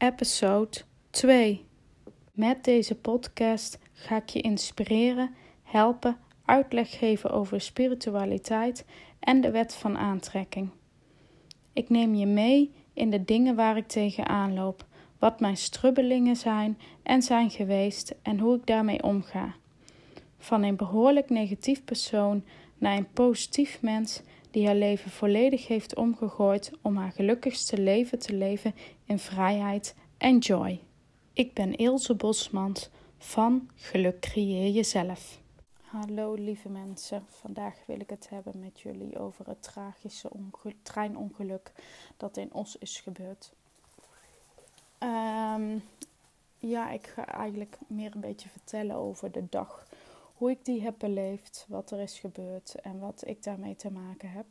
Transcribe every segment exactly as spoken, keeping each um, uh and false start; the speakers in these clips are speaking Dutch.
episode twee. Met deze podcast ga ik je inspireren, helpen, uitleg geven over spiritualiteit en de wet van aantrekking. Ik neem je mee in de dingen waar ik tegenaan loop, wat mijn strubbelingen zijn en zijn geweest en hoe ik daarmee omga. Van een behoorlijk negatief persoon naar een positief mens die haar leven volledig heeft omgegooid om haar gelukkigste leven te leven in vrijheid en joy. Ik ben Ilse Bosmans van Geluk Creëer Jezelf. Hallo lieve mensen, vandaag wil ik het hebben met jullie over het tragische onge- treinongeluk dat in Os is gebeurd. Um, ja, ik ga eigenlijk meer een beetje vertellen over de dag, hoe ik die heb beleefd, wat er is gebeurd en wat ik daarmee te maken heb.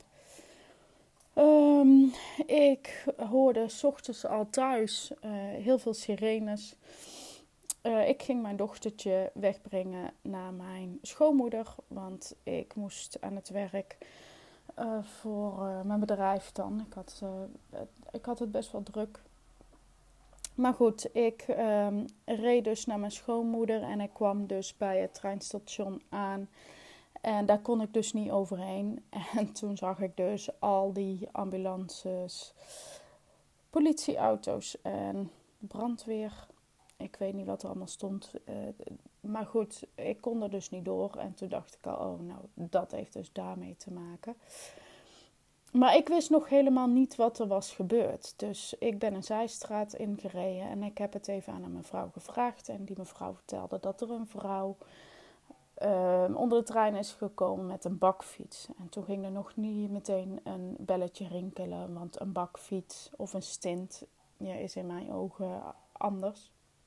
Um, ik hoorde 's ochtends al thuis uh, heel veel sirenes. Uh, ik ging mijn dochtertje wegbrengen naar mijn schoonmoeder, want ik moest aan het werk uh, voor uh, mijn bedrijf dan. Ik had, uh, ik had het best wel druk. Maar goed, ik um, reed dus naar mijn schoonmoeder en ik kwam dus bij het treinstation aan. En daar kon ik dus niet overheen. En toen zag ik dus al die ambulances, politieauto's en brandweer. Ik weet niet wat er allemaal stond. Uh, maar goed, ik kon er dus niet door. En toen dacht ik al, oh nou, dat heeft dus daarmee te maken. Maar ik wist nog helemaal niet wat er was gebeurd. Dus ik ben een zijstraat ingereden en ik heb het even aan een mevrouw gevraagd. En die mevrouw vertelde dat er een vrouw uh, onder de trein is gekomen met een bakfiets. En toen ging er nog niet meteen een belletje rinkelen. Want een bakfiets of een stint ja, is in mijn ogen anders.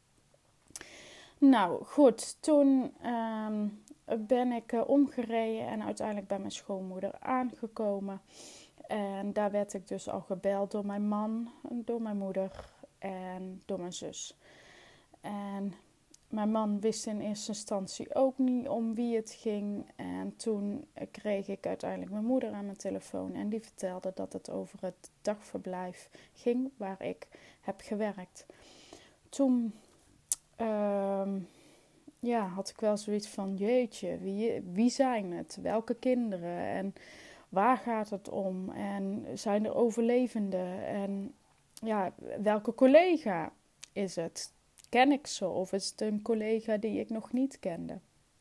Nou goed, toen um, ben ik uh, omgereden en uiteindelijk bij mijn schoonmoeder aangekomen. En daar werd ik dus al gebeld door mijn man, door mijn moeder en door mijn zus. En mijn man wist in eerste instantie ook niet om wie het ging. En toen kreeg ik uiteindelijk mijn moeder aan mijn telefoon. En die vertelde dat het over het dagverblijf ging waar ik heb gewerkt. Toen uh, ja, had ik wel zoiets van, jeetje, wie, wie zijn het? Welke kinderen? En waar gaat het om? En zijn er overlevenden? En ja, welke collega is het? Ken ik ze? Of is het een collega die ik nog niet kende?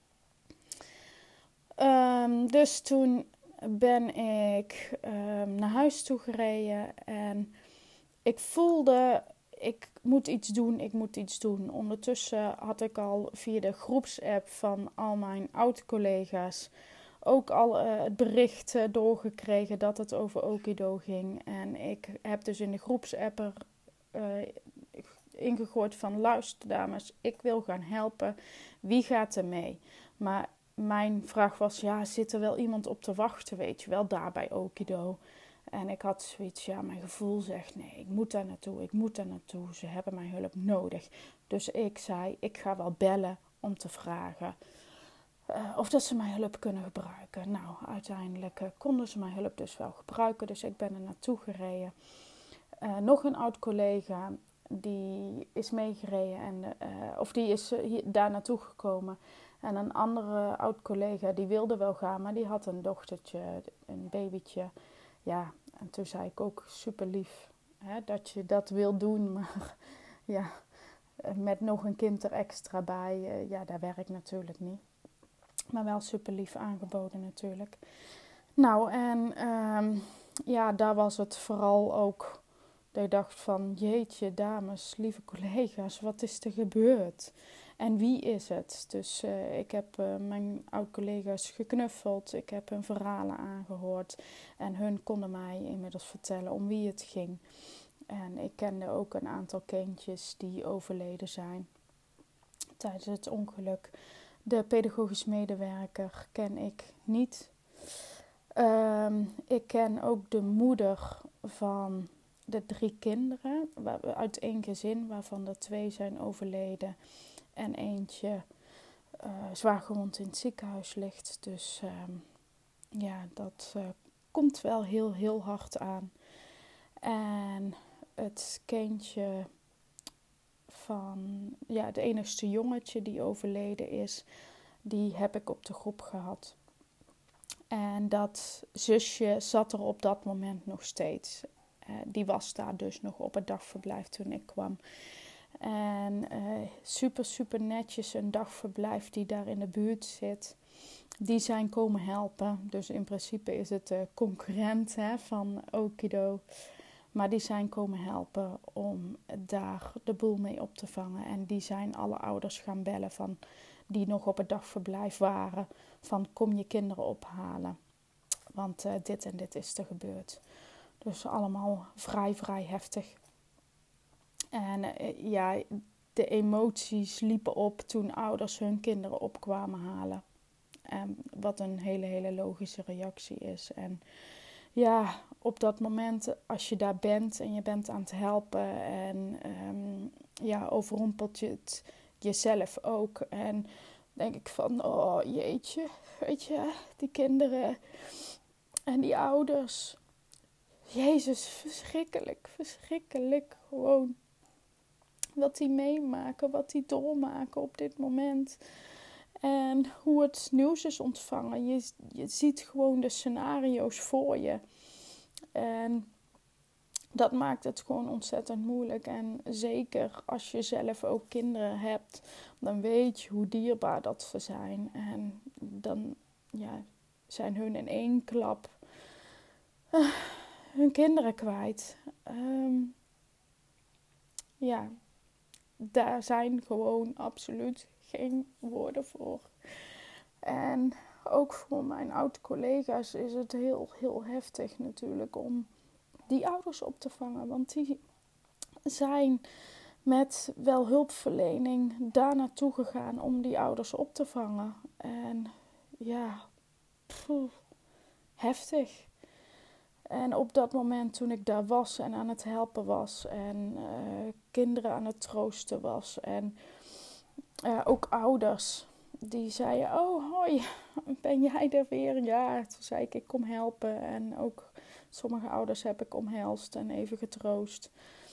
Um, dus toen ben ik um, naar huis toe gereden. En ik voelde, ik moet iets doen, ik moet iets doen. Ondertussen had ik al via de groepsapp van al mijn oud-collega's ook al uh, het bericht uh, doorgekregen dat het over Okido ging. En ik heb dus in de groepsapp er uh, ingegooid van, luister dames, ik wil gaan helpen. Wie gaat er mee? Maar mijn vraag was, ja, zit er wel iemand op te wachten, weet je wel, daar bij Okido? En ik had zoiets, ja, mijn gevoel zegt, nee, ik moet daar naartoe, ik moet daar naartoe. Ze hebben mijn hulp nodig. Dus ik zei, ik ga wel bellen om te vragen Uh, of dat ze mijn hulp kunnen gebruiken. Nou, uiteindelijk uh, konden ze mijn hulp dus wel gebruiken. Dus ik ben er naartoe gereden. Uh, nog een oud collega die is meegereden. En, uh, of die is uh, hier, daar naartoe gekomen. En een andere oud collega die wilde wel gaan. Maar die had een dochtertje, een babytje. Ja, en toen zei ik ook super lief hè, dat je dat wil doen. Maar ja, met nog een kind er extra bij. Uh, ja, daar werkt natuurlijk niet. Maar wel super lief aangeboden natuurlijk. Nou, en um, ja, daar was het vooral ook dat ik dacht van, jeetje dames, lieve collega's, wat is er gebeurd? En wie is het? Dus uh, ik heb uh, mijn oud-collega's geknuffeld, ik heb hun verhalen aangehoord. En hun konden mij inmiddels vertellen om wie het ging. En ik kende ook een aantal kindjes die overleden zijn tijdens het ongeluk. De pedagogisch medewerker ken ik niet. Um, ik ken ook de moeder van de drie kinderen uit één gezin, waarvan er twee zijn overleden en eentje uh, zwaargewond in het ziekenhuis ligt. Dus um, ja, dat uh, komt wel heel, heel hard aan. En het kindje van ja, het enigste jongetje die overleden is, die heb ik op de groep gehad. En dat zusje zat er op dat moment nog steeds. Uh, die was daar dus nog op het dagverblijf toen ik kwam. En uh, super, super netjes een dagverblijf die daar in de buurt zit. Die zijn komen helpen. Dus in principe is het de concurrent hè, van Okido. Maar die zijn komen helpen om daar de boel mee op te vangen. En die zijn alle ouders gaan bellen van, die nog op het dagverblijf waren. Van kom je kinderen ophalen. Want uh, dit en dit is er gebeurd. Dus allemaal vrij, vrij heftig. En uh, ja, de emoties liepen op toen ouders hun kinderen opkwamen halen. En wat een hele, hele logische reactie is. En ja, op dat moment als je daar bent en je bent aan het helpen en um, ja, overrompelt je het jezelf ook. En denk ik van, oh jeetje, weet je, die kinderen en die ouders. Jezus, verschrikkelijk, verschrikkelijk gewoon. Wat die meemaken, wat die doormaken op dit moment. En hoe het nieuws is ontvangen. Je, je ziet gewoon de scenario's voor je. En dat maakt het gewoon ontzettend moeilijk. En zeker als je zelf ook kinderen hebt, dan weet je hoe dierbaar dat ze zijn. En dan ja, zijn hun in één klap uh, hun kinderen kwijt. Um, ja, daar zijn gewoon absoluut geen woorden voor. En ook voor mijn oud-collega's is het heel, heel heftig natuurlijk om die ouders op te vangen. Want die zijn met wel hulpverlening daar naartoe gegaan om die ouders op te vangen. En ja, pff, heftig. En op dat moment toen ik daar was en aan het helpen was en uh, kinderen aan het troosten was en uh, ook ouders die zeiden, oh hoi, ben jij er weer? Ja, toen zei ik, ik kom helpen. En ook sommige ouders heb ik omhelst en even getroost.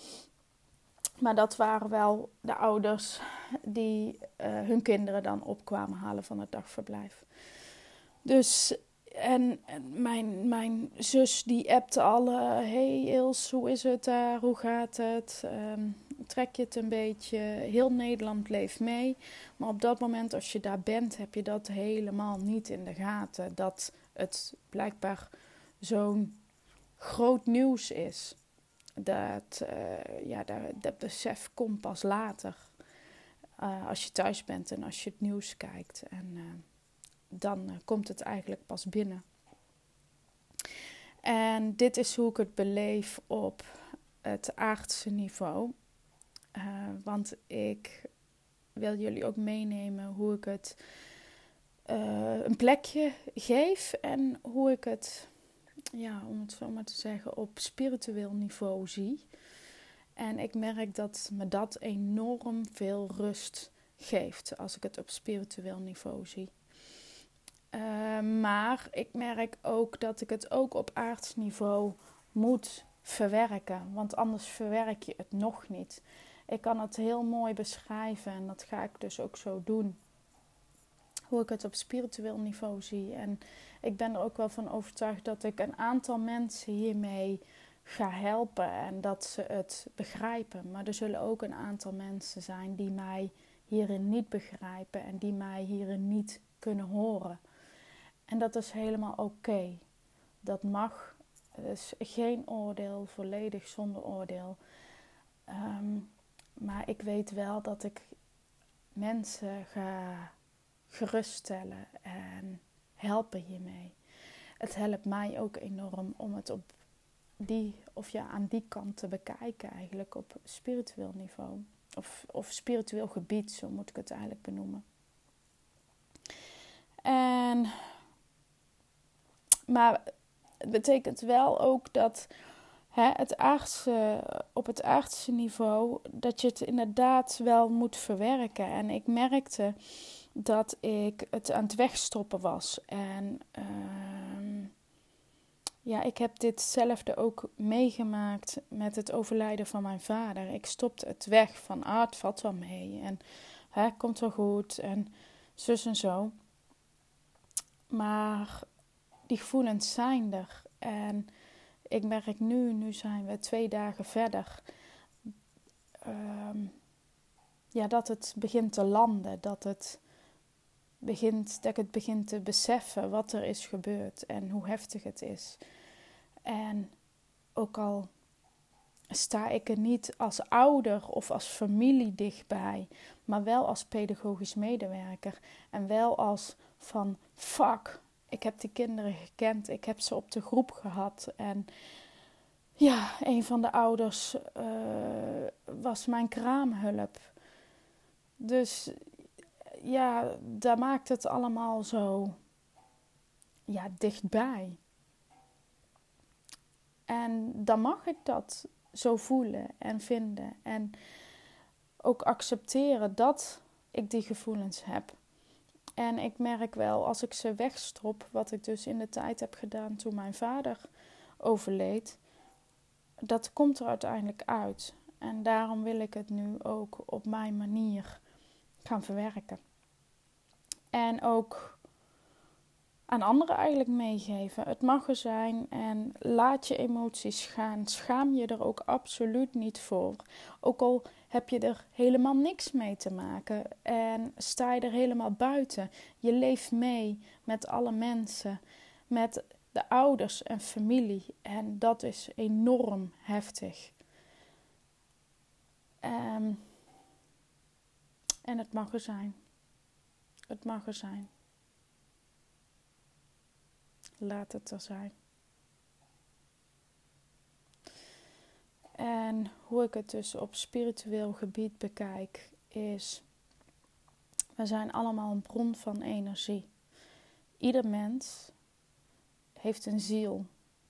Maar dat waren wel de ouders die uh, hun kinderen dan opkwamen halen van het dagverblijf. Dus, en, en mijn, mijn zus die appte alle, hey Ils, hoe is het daar? Hoe gaat het? Um, trek je het een beetje? Heel Nederland leeft mee. Maar op dat moment als je daar bent, heb je dat helemaal niet in de gaten. Dat het blijkbaar zo'n groot nieuws is. Dat, uh, ja, dat, dat besef komt pas later. Uh, als je thuis bent en als je het nieuws kijkt. En uh, dan uh, komt het eigenlijk pas binnen. En dit is hoe ik het beleef op het aardse niveau. Uh, want ik wil jullie ook meenemen hoe ik het uh, een plekje geef. En hoe ik het, ja, om het zo maar te zeggen, op spiritueel niveau zie. En ik merk dat me dat enorm veel rust geeft als ik het op spiritueel niveau zie. Uh, maar ik merk ook dat ik het ook op aards niveau moet verwerken. Want anders verwerk je het nog niet. Ik kan het heel mooi beschrijven en dat ga ik dus ook zo doen. Hoe ik het op spiritueel niveau zie. En ik ben er ook wel van overtuigd dat ik een aantal mensen hiermee ga helpen. En dat ze het begrijpen. Maar er zullen ook een aantal mensen zijn die mij hierin niet begrijpen. En die mij hierin niet kunnen horen. En dat is helemaal oké. Okay. Dat mag. Het is geen oordeel, volledig zonder oordeel. Um, maar ik weet wel dat ik mensen ga geruststellen en helpen hiermee. Het helpt mij ook enorm om het op die, of ja, aan die kant te bekijken eigenlijk op spiritueel niveau. Of, of spiritueel gebied, zo moet ik het eigenlijk benoemen. En, maar het betekent wel ook dat hè, het aardse, op het aardse niveau, dat je het inderdaad wel moet verwerken. En ik merkte dat ik het aan het wegstoppen was. En uh, ja, ik heb ditzelfde ook meegemaakt met het overlijden van mijn vader. Ik stopte het weg van, ah, het valt wel mee en hè, komt wel goed en zus en zo. Maar die gevoelens zijn er. En ik merk nu, nu zijn we twee dagen verder, um, ja, dat het begint te landen. Dat, het begint, dat ik het begin te beseffen wat er is gebeurd en hoe heftig het is. En ook al sta ik er niet als ouder of als familie dichtbij, maar wel als pedagogisch medewerker. En wel als van, fuck, ik heb die kinderen gekend, ik heb ze op de groep gehad. En ja, een van de ouders uh, was mijn kraamhulp. Dus ja, daar maakt het allemaal zo ja, dichtbij. En dan mag ik dat zo voelen en vinden. En ook accepteren dat ik die gevoelens heb. En ik merk wel, als ik ze wegstrop, wat ik dus in de tijd heb gedaan toen mijn vader overleed, dat komt er uiteindelijk uit. En daarom wil ik het nu ook op mijn manier gaan verwerken. En ook aan anderen eigenlijk meegeven. Het mag er zijn en laat je emoties gaan. Schaam je er ook absoluut niet voor. Ook al heb je er helemaal niks mee te maken en sta je er helemaal buiten. Je leeft mee met alle mensen, met de ouders en familie. En dat is enorm heftig. Um, en het mag er zijn. Het mag er zijn. Laat het er zijn. En hoe ik het dus op spiritueel gebied bekijk is, we zijn allemaal een bron van energie. Ieder mens heeft een ziel.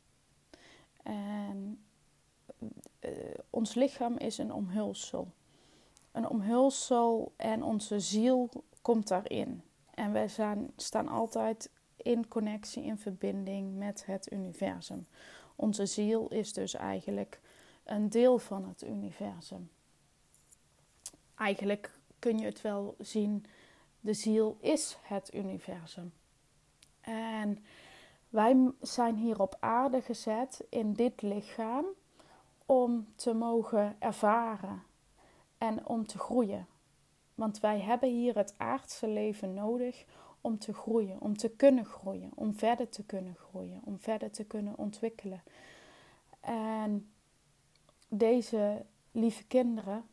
En uh, ons lichaam is een omhulsel. Een omhulsel en onze ziel komt daarin. En wij zijn, staan altijd in connectie, in verbinding met het universum. Onze ziel is dus eigenlijk een deel van het universum. Eigenlijk kun je het wel zien, de ziel is het universum. En wij zijn hier op aarde gezet in dit lichaam om te mogen ervaren en om te groeien. Want wij hebben hier het aardse leven nodig om te groeien, om te kunnen groeien, om verder te kunnen groeien, om verder te kunnen ontwikkelen. En deze lieve kinderen,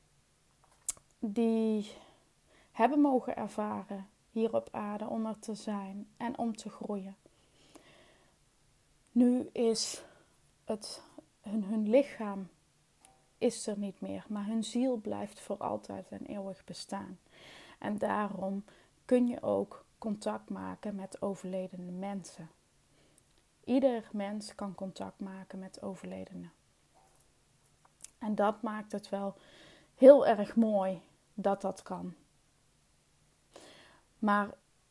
die hebben mogen ervaren hier op aarde om er te zijn en om te groeien. Nu is het, hun, hun lichaam is er niet meer, maar hun ziel blijft voor altijd en eeuwig bestaan. En daarom kun je ook contact maken met overledene mensen. Ieder mens kan contact maken met overledenen. En dat maakt het wel heel erg mooi dat dat kan. Maar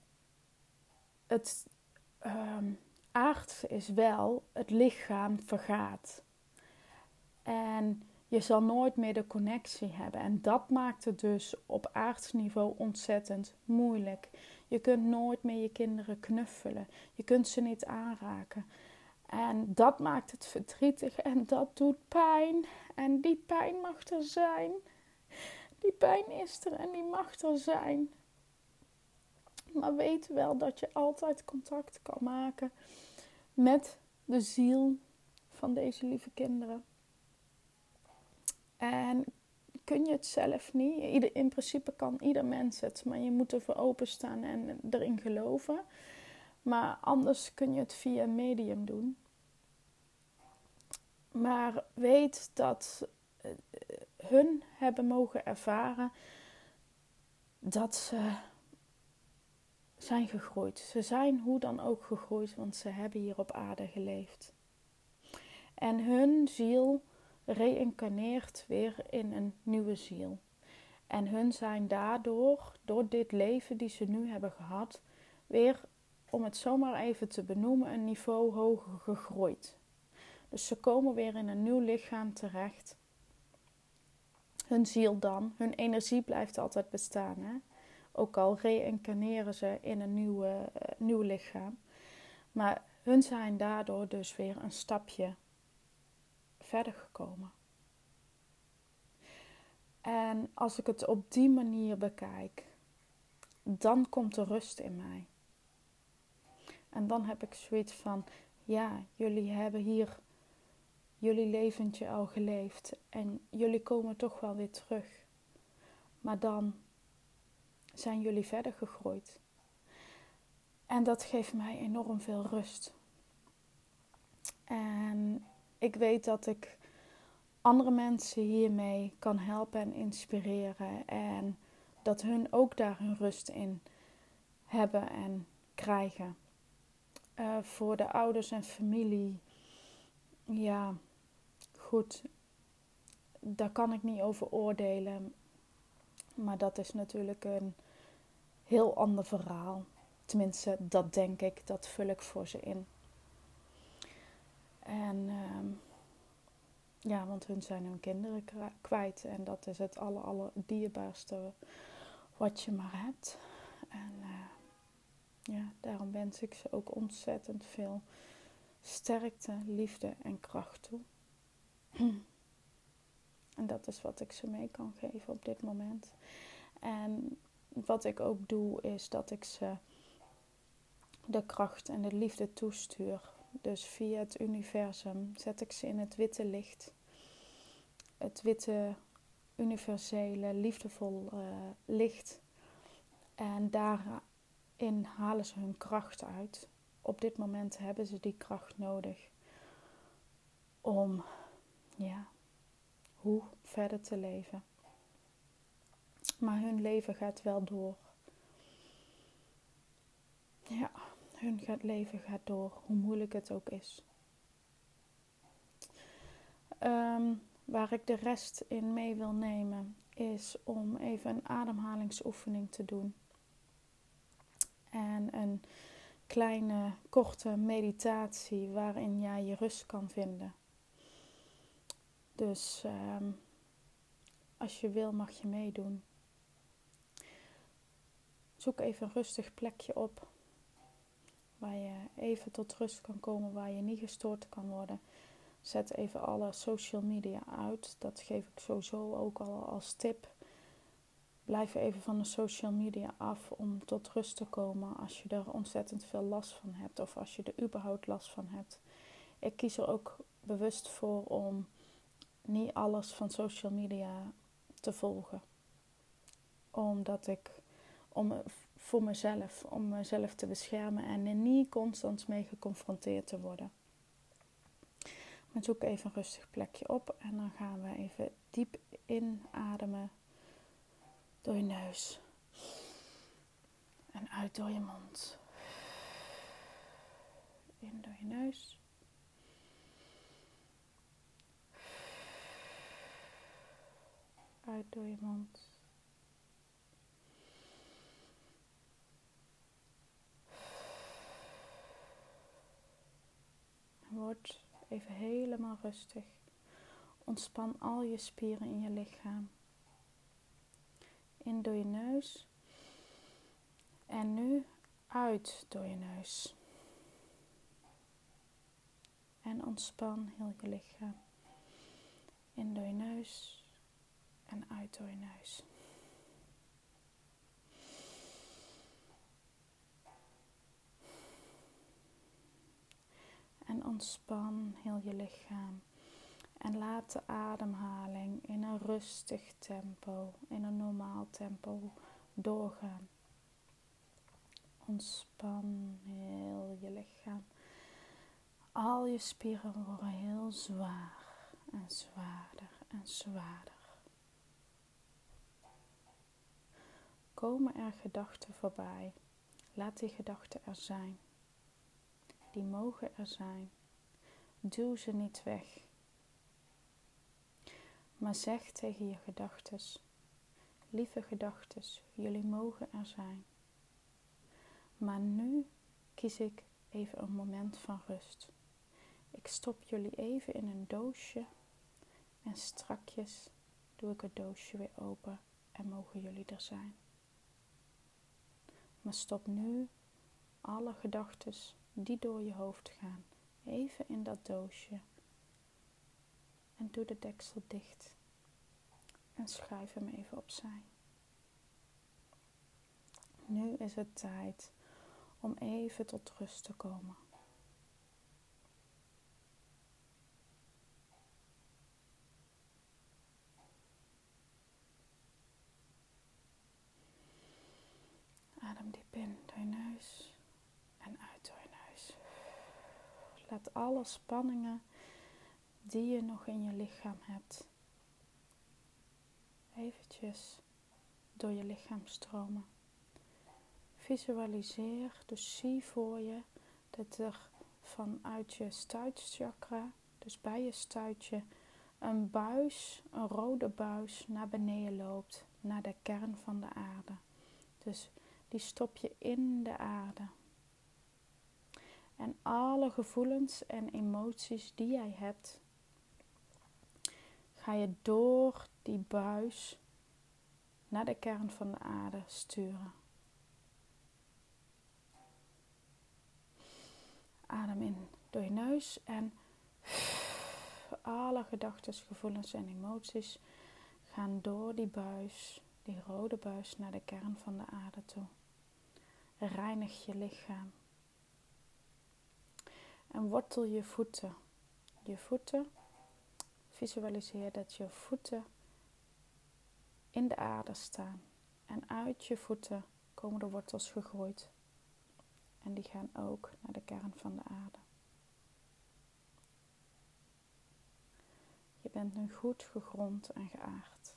het um, aardse is wel, het lichaam vergaat. En je zal nooit meer de connectie hebben. En dat maakt het dus op aards niveau ontzettend moeilijk. Je kunt nooit meer je kinderen knuffelen. Je kunt ze niet aanraken. En dat maakt het verdrietig en dat doet pijn. En die pijn mag er zijn. Die pijn is er en die mag er zijn. Maar weet wel dat je altijd contact kan maken met de ziel van deze lieve kinderen. En kun je het zelf niet. Ieder, in principe kan ieder mens het, maar je moet ervoor openstaan en erin geloven. Maar anders kun je het via een medium doen. Maar weet dat hun hebben mogen ervaren dat ze zijn gegroeid. Ze zijn hoe dan ook gegroeid, want ze hebben hier op aarde geleefd. En hun ziel reïncarneert weer in een nieuwe ziel. En hun zijn daardoor, door dit leven die ze nu hebben gehad, weer om het zomaar even te benoemen, een niveau hoger gegroeid. Dus ze komen weer in een nieuw lichaam terecht. Hun ziel dan, hun energie blijft altijd bestaan. Hè? Ook al reïncarneren ze in een nieuwe, uh, nieuw lichaam. Maar hun zijn daardoor dus weer een stapje verder gekomen. En als ik het op die manier bekijk, dan komt er rust in mij. En dan heb ik zoiets van, ja, jullie hebben hier jullie leventje al geleefd. En jullie komen toch wel weer terug. Maar dan zijn jullie verder gegroeid. En dat geeft mij enorm veel rust. En ik weet dat ik andere mensen hiermee kan helpen en inspireren. En dat hun ook daar hun rust in hebben en krijgen. Uh, voor de ouders en familie. Ja, goed. Daar kan ik niet over oordelen. Maar dat is natuurlijk een heel ander verhaal. Tenminste, dat denk ik. Dat vul ik voor ze in. En uh, ja, want hun zijn hun kinderen kwijt. En dat is het aller, aller dierbaarste wat je maar hebt. En uh, ja, daarom wens ik ze ook ontzettend veel sterkte, liefde en kracht toe. En dat is wat ik ze mee kan geven op dit moment. En wat ik ook doe is dat ik ze de kracht en de liefde toestuur. Dus via het universum zet ik ze in het witte licht. Het witte, universele, liefdevolle uh, licht. En daarin halen ze hun kracht uit. Op dit moment hebben ze die kracht nodig om, ja, hoe verder te leven. Maar hun leven gaat wel door. Ja, hun leven gaat door, hoe moeilijk het ook is. Um, waar ik de rest in mee wil nemen, is om even een ademhalingsoefening te doen. En een kleine, korte meditatie waarin jij je rust kan vinden. Dus um, als je wil mag je meedoen. Zoek even een rustig plekje op. Waar je even tot rust kan komen, waar je niet gestoord kan worden. Zet even alle social media uit. Dat geef ik sowieso ook al als tip. Blijf even van de social media af om tot rust te komen als je er ontzettend veel last van hebt. Of als je er überhaupt last van hebt. Ik kies er ook bewust voor om niet alles van social media te volgen. Omdat ik, om, voor mezelf, om mezelf te beschermen en er niet constant mee geconfronteerd te worden. Maar zoek even een rustig plekje op en dan gaan we even diep inademen door je neus. En uit door je mond. In door je neus. Uit door je mond. Word even helemaal rustig. Ontspan al je spieren in je lichaam. In door je neus. En nu uit door je neus. En ontspan heel je lichaam. In door je neus. En uit door je neus. En ontspan heel je lichaam. En laat de ademhaling in een rustig tempo, in een normaal tempo doorgaan. Ontspan heel je lichaam. Al je spieren worden heel zwaar en zwaarder en zwaarder. Komen er gedachten voorbij? Laat die gedachten er zijn. Die mogen er zijn. Duw ze niet weg. Maar zeg tegen je gedachtes, lieve gedachtes, jullie mogen er zijn. Maar nu kies ik even een moment van rust. Ik stop jullie even in een doosje en strakjes doe ik het doosje weer open en mogen jullie er zijn. Maar stop nu alle gedachten die door je hoofd gaan even in dat doosje en doe de deksel dicht en schuif hem even opzij. Nu is het tijd om even tot rust te komen. Adem diep in door je neus en uit door je neus. Laat alle spanningen die je nog in je lichaam hebt, eventjes door je lichaam stromen. Visualiseer, dus zie voor je dat er vanuit je stuitchakra, dus bij je stuitje, een buis, een rode buis naar beneden loopt, naar de kern van de aarde. Dus die stop je in de aarde. En alle gevoelens en emoties die jij hebt, ga je door die buis naar de kern van de aarde sturen. Adem in door je neus en alle gedachten, gevoelens en emoties gaan door die buis, die rode buis, naar de kern van de aarde toe. Reinig je lichaam. En wortel je voeten. Je voeten, visualiseer dat je voeten in de aarde staan. En uit je voeten komen de wortels gegroeid. En die gaan ook naar de kern van de aarde. Je bent nu goed gegrond en geaard.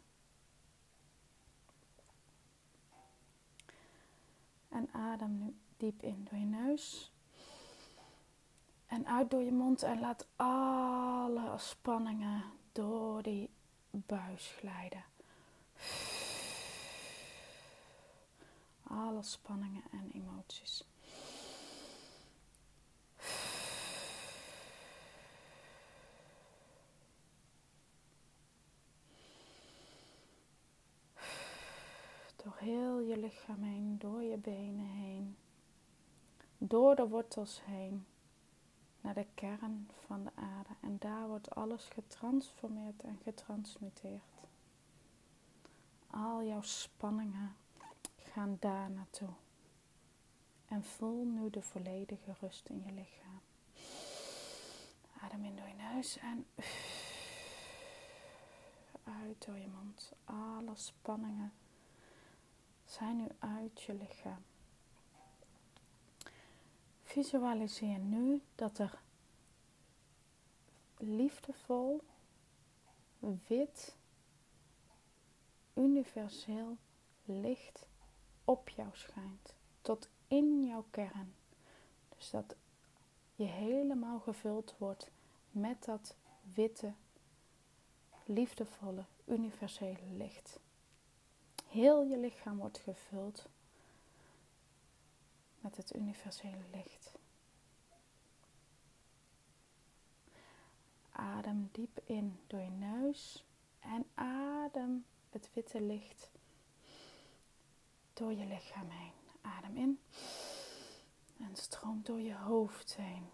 En adem nu diep in door je neus. En uit door je mond en laat alle spanningen door die buis glijden. Alle spanningen en emoties. Door heel je lichaam heen, door je benen heen, door de wortels heen, naar de kern van de aarde. En daar wordt alles getransformeerd en getransmuteerd. Al jouw spanningen gaan daar naartoe. En voel nu de volledige rust in je lichaam. Adem in door je neus en uit door je mond. Alle spanningen zijn nu uit je lichaam. Visualiseer nu dat er liefdevol, wit, universeel licht op jou schijnt. Tot in jouw kern. Dus dat je helemaal gevuld wordt met dat witte, liefdevolle, universele licht. Heel je lichaam wordt gevuld met het universele licht. Adem diep in door je neus en adem het witte licht door je lichaam heen. Adem in en stroomt door je hoofd heen.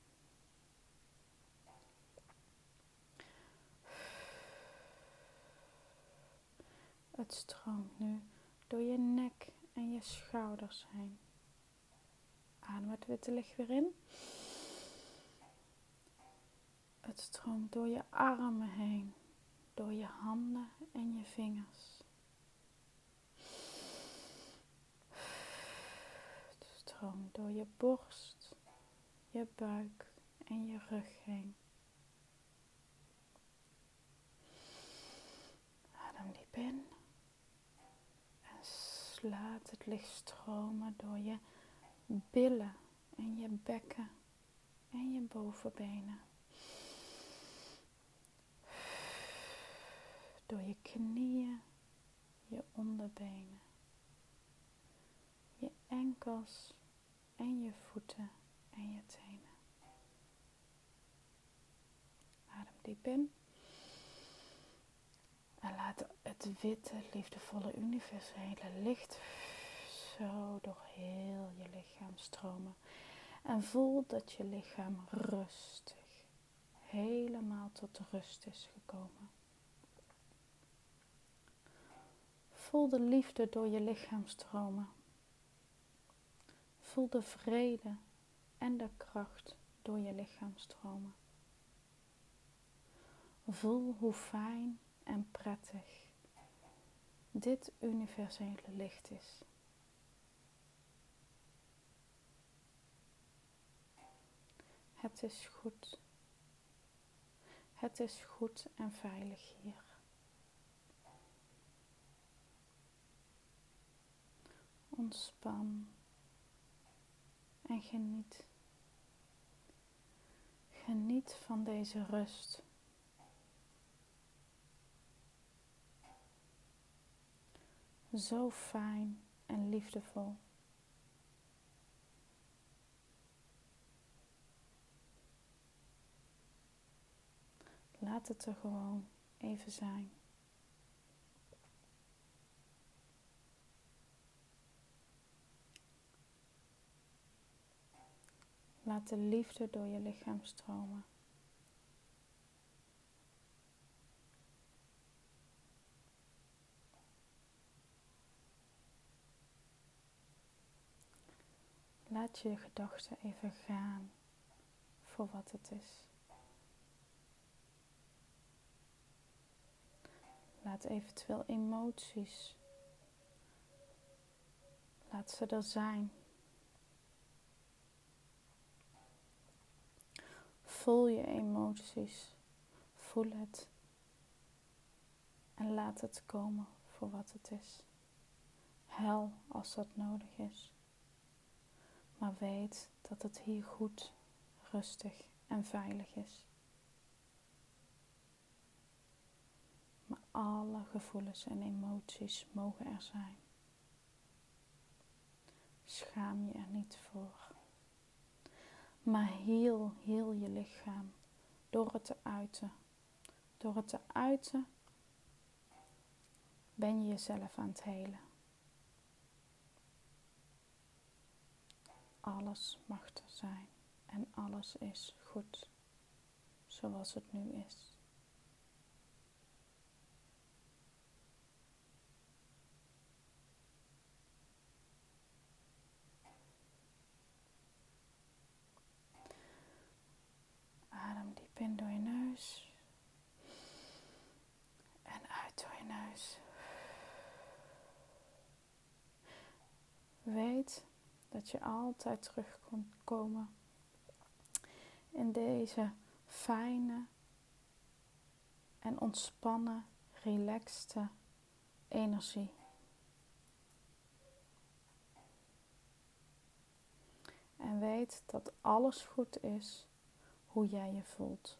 Het stroomt nu door je nek en je schouders heen. Adem het witte licht weer in. Het stroomt door je armen heen, door je handen en je vingers. Het stroomt door je borst, je buik en je rug heen. Adem diep in. Laat het licht stromen door je billen en je bekken en je bovenbenen. Door je knieën, je onderbenen, je enkels en je voeten en je tenen. Adem diep in. En laat het witte, liefdevolle, universele licht zo door heel je lichaam stromen. En voel dat je lichaam rustig, helemaal tot rust is gekomen. Voel de liefde door je lichaam stromen. Voel de vrede en de kracht door je lichaam stromen. Voel hoe fijn en prettig dit universele licht is. Het is goed. Het is goed en veilig hier. Ontspan en geniet. Geniet van deze rust. Zo fijn en liefdevol. Laat het er gewoon even zijn. Laat de liefde door je lichaam stromen. Laat je gedachten even gaan voor wat het is. Laat eventueel emoties, laat ze er zijn. Voel je emoties, voel het en laat het komen voor wat het is. Huil als dat nodig is, maar weet dat het hier goed, rustig en veilig is. Maar alle gevoelens en emoties mogen er zijn. Schaam je er niet voor. Maar heel, heel je lichaam door het te uiten. Door het te uiten ben je jezelf aan het helen. Alles mag er zijn en alles is goed zoals het nu is. Adem diep in door je neus en uit door je neus. Weet dat je altijd terug kunt komen in deze fijne en ontspannen, relaxte energie. En weet dat alles goed is hoe jij je voelt.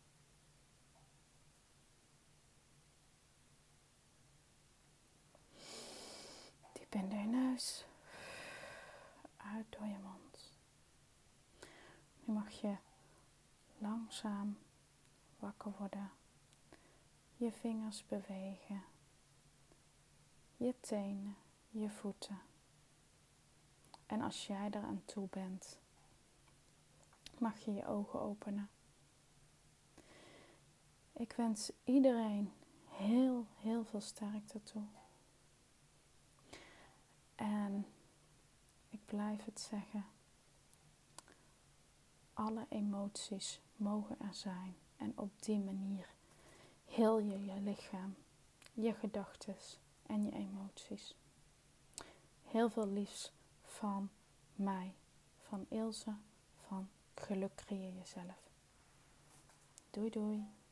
Diep in door je neus, uit door je mond. Nu mag je langzaam wakker worden, je vingers bewegen, je tenen, je voeten. En als jij eraan toe bent, mag je je ogen openen. Ik wens iedereen heel, heel veel sterkte toe. En ik blijf het zeggen. Alle emoties mogen er zijn. En op die manier heel je je lichaam, je gedachten en je emoties. Heel veel liefs van mij, van Ilse, van Geluk Creëer Jezelf. Doei doei.